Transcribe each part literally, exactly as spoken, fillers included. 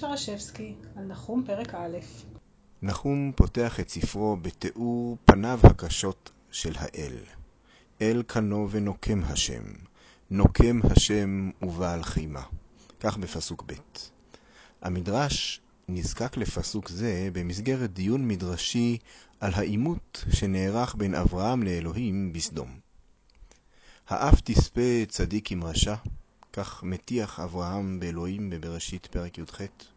שרשבסקי על נחום פרק א'. נחום פותח את ספרו בתיאור פניו הקשות של האל. אל קנו ונוקם השם, נוקם השם ובעל חימה. כך בפסוק ב'. המדרש נזקק לפסוק זה במסגרת דיון מדרשי על העימות שנערך בין אברהם לאלוהים בסדום. האף תספה צדיק עם רשע, כך מטיח אברהם באלוהים בבראשית פרק י"ח.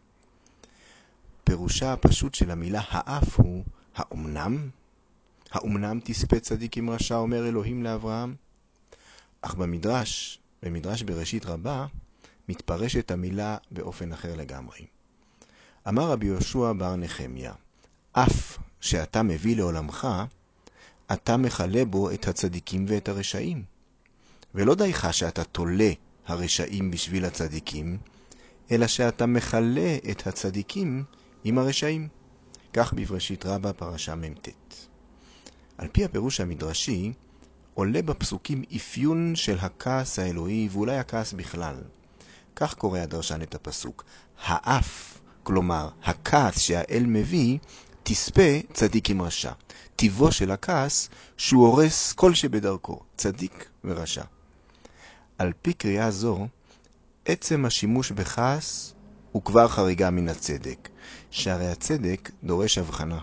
פירושה הפשוט של המילה האף הוא האומנם? האומנם תספה צדיק עם רשע, אומר אלוהים לאברהם? אך במדרש, במדרש בראשית רבה, מתפרשת המילה באופן אחר לגמרי. אמר רבי יהושע בר נחמיה, אף שאתה מביא לעולמך, אתה מחלה בו את הצדיקים ואת הרשעים. ולא דייך שאתה תולה הרשעים בשביל הצדיקים, אלא שאתה מחלה את הצדיקים עם הרשעים. כך בבראשית רבה פרשה מ"ט. על פי הפירוש המדרשי, עולה בפסוקים אפיון של הכעס האלוהי ואולי הכעס בכלל. כך קורא הדרשן את הפסוק. האף, כלומר הכעס שהאל מביא, תספה צדיק עם רשע. טיבו של הכעס שהוא הורס כל שבדרכו, צדיק ורשע. על פי קריאה זו, עצם השימוש בכעס הוא כבר חריגה מן הצדק, שהרי הצדק דורש הבחנה.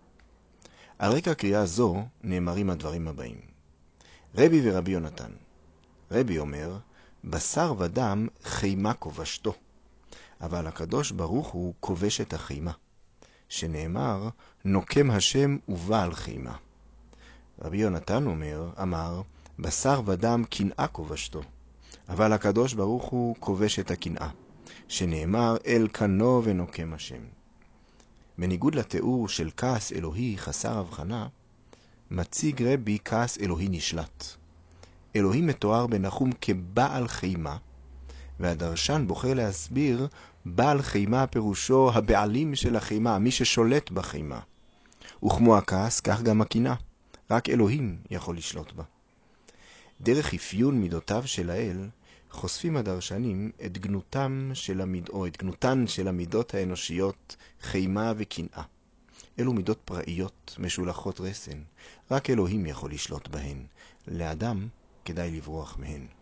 על רקע קריאה זו נאמרים הדברים הבאים. רבי ורבי יונתן. רבי אומר, בשר ודם חימה כובשתו, אבל הקדוש ברוך הוא כובש את החימה, שנאמר, נוקם השם ובעל חימה. רבי יונתן אומר, אמר, בשר ודם קנאה כובשתו, אבל הקדוש ברוך הוא כובש את הקנאה, שנאמר, אל קנו ונוקם השם. בניגוד לתיאור של כעס אלוהי חסר הבחנה, מציג רבי כעס אלוהי נשלט. אלוהים מתואר בנחום כבעל חימה, והדרשן בוחר להסביר בעל חימה פירושו הבעלים של החימה, מי ששולט בחימה. וכמו הכעס, כך גם הקנאה. רק אלוהים יכול לשלוט בה. דרך אפיון מידותיו של האל, חושפים הדרשנים את גנותם של המיד, או את גנותן של המידות האנושיות, חימה וקנאה. אלו מידות פראיות, משולחות רסן. רק אלוהים יכול לשלוט בהן. לאדם כדאי לברוח מהן.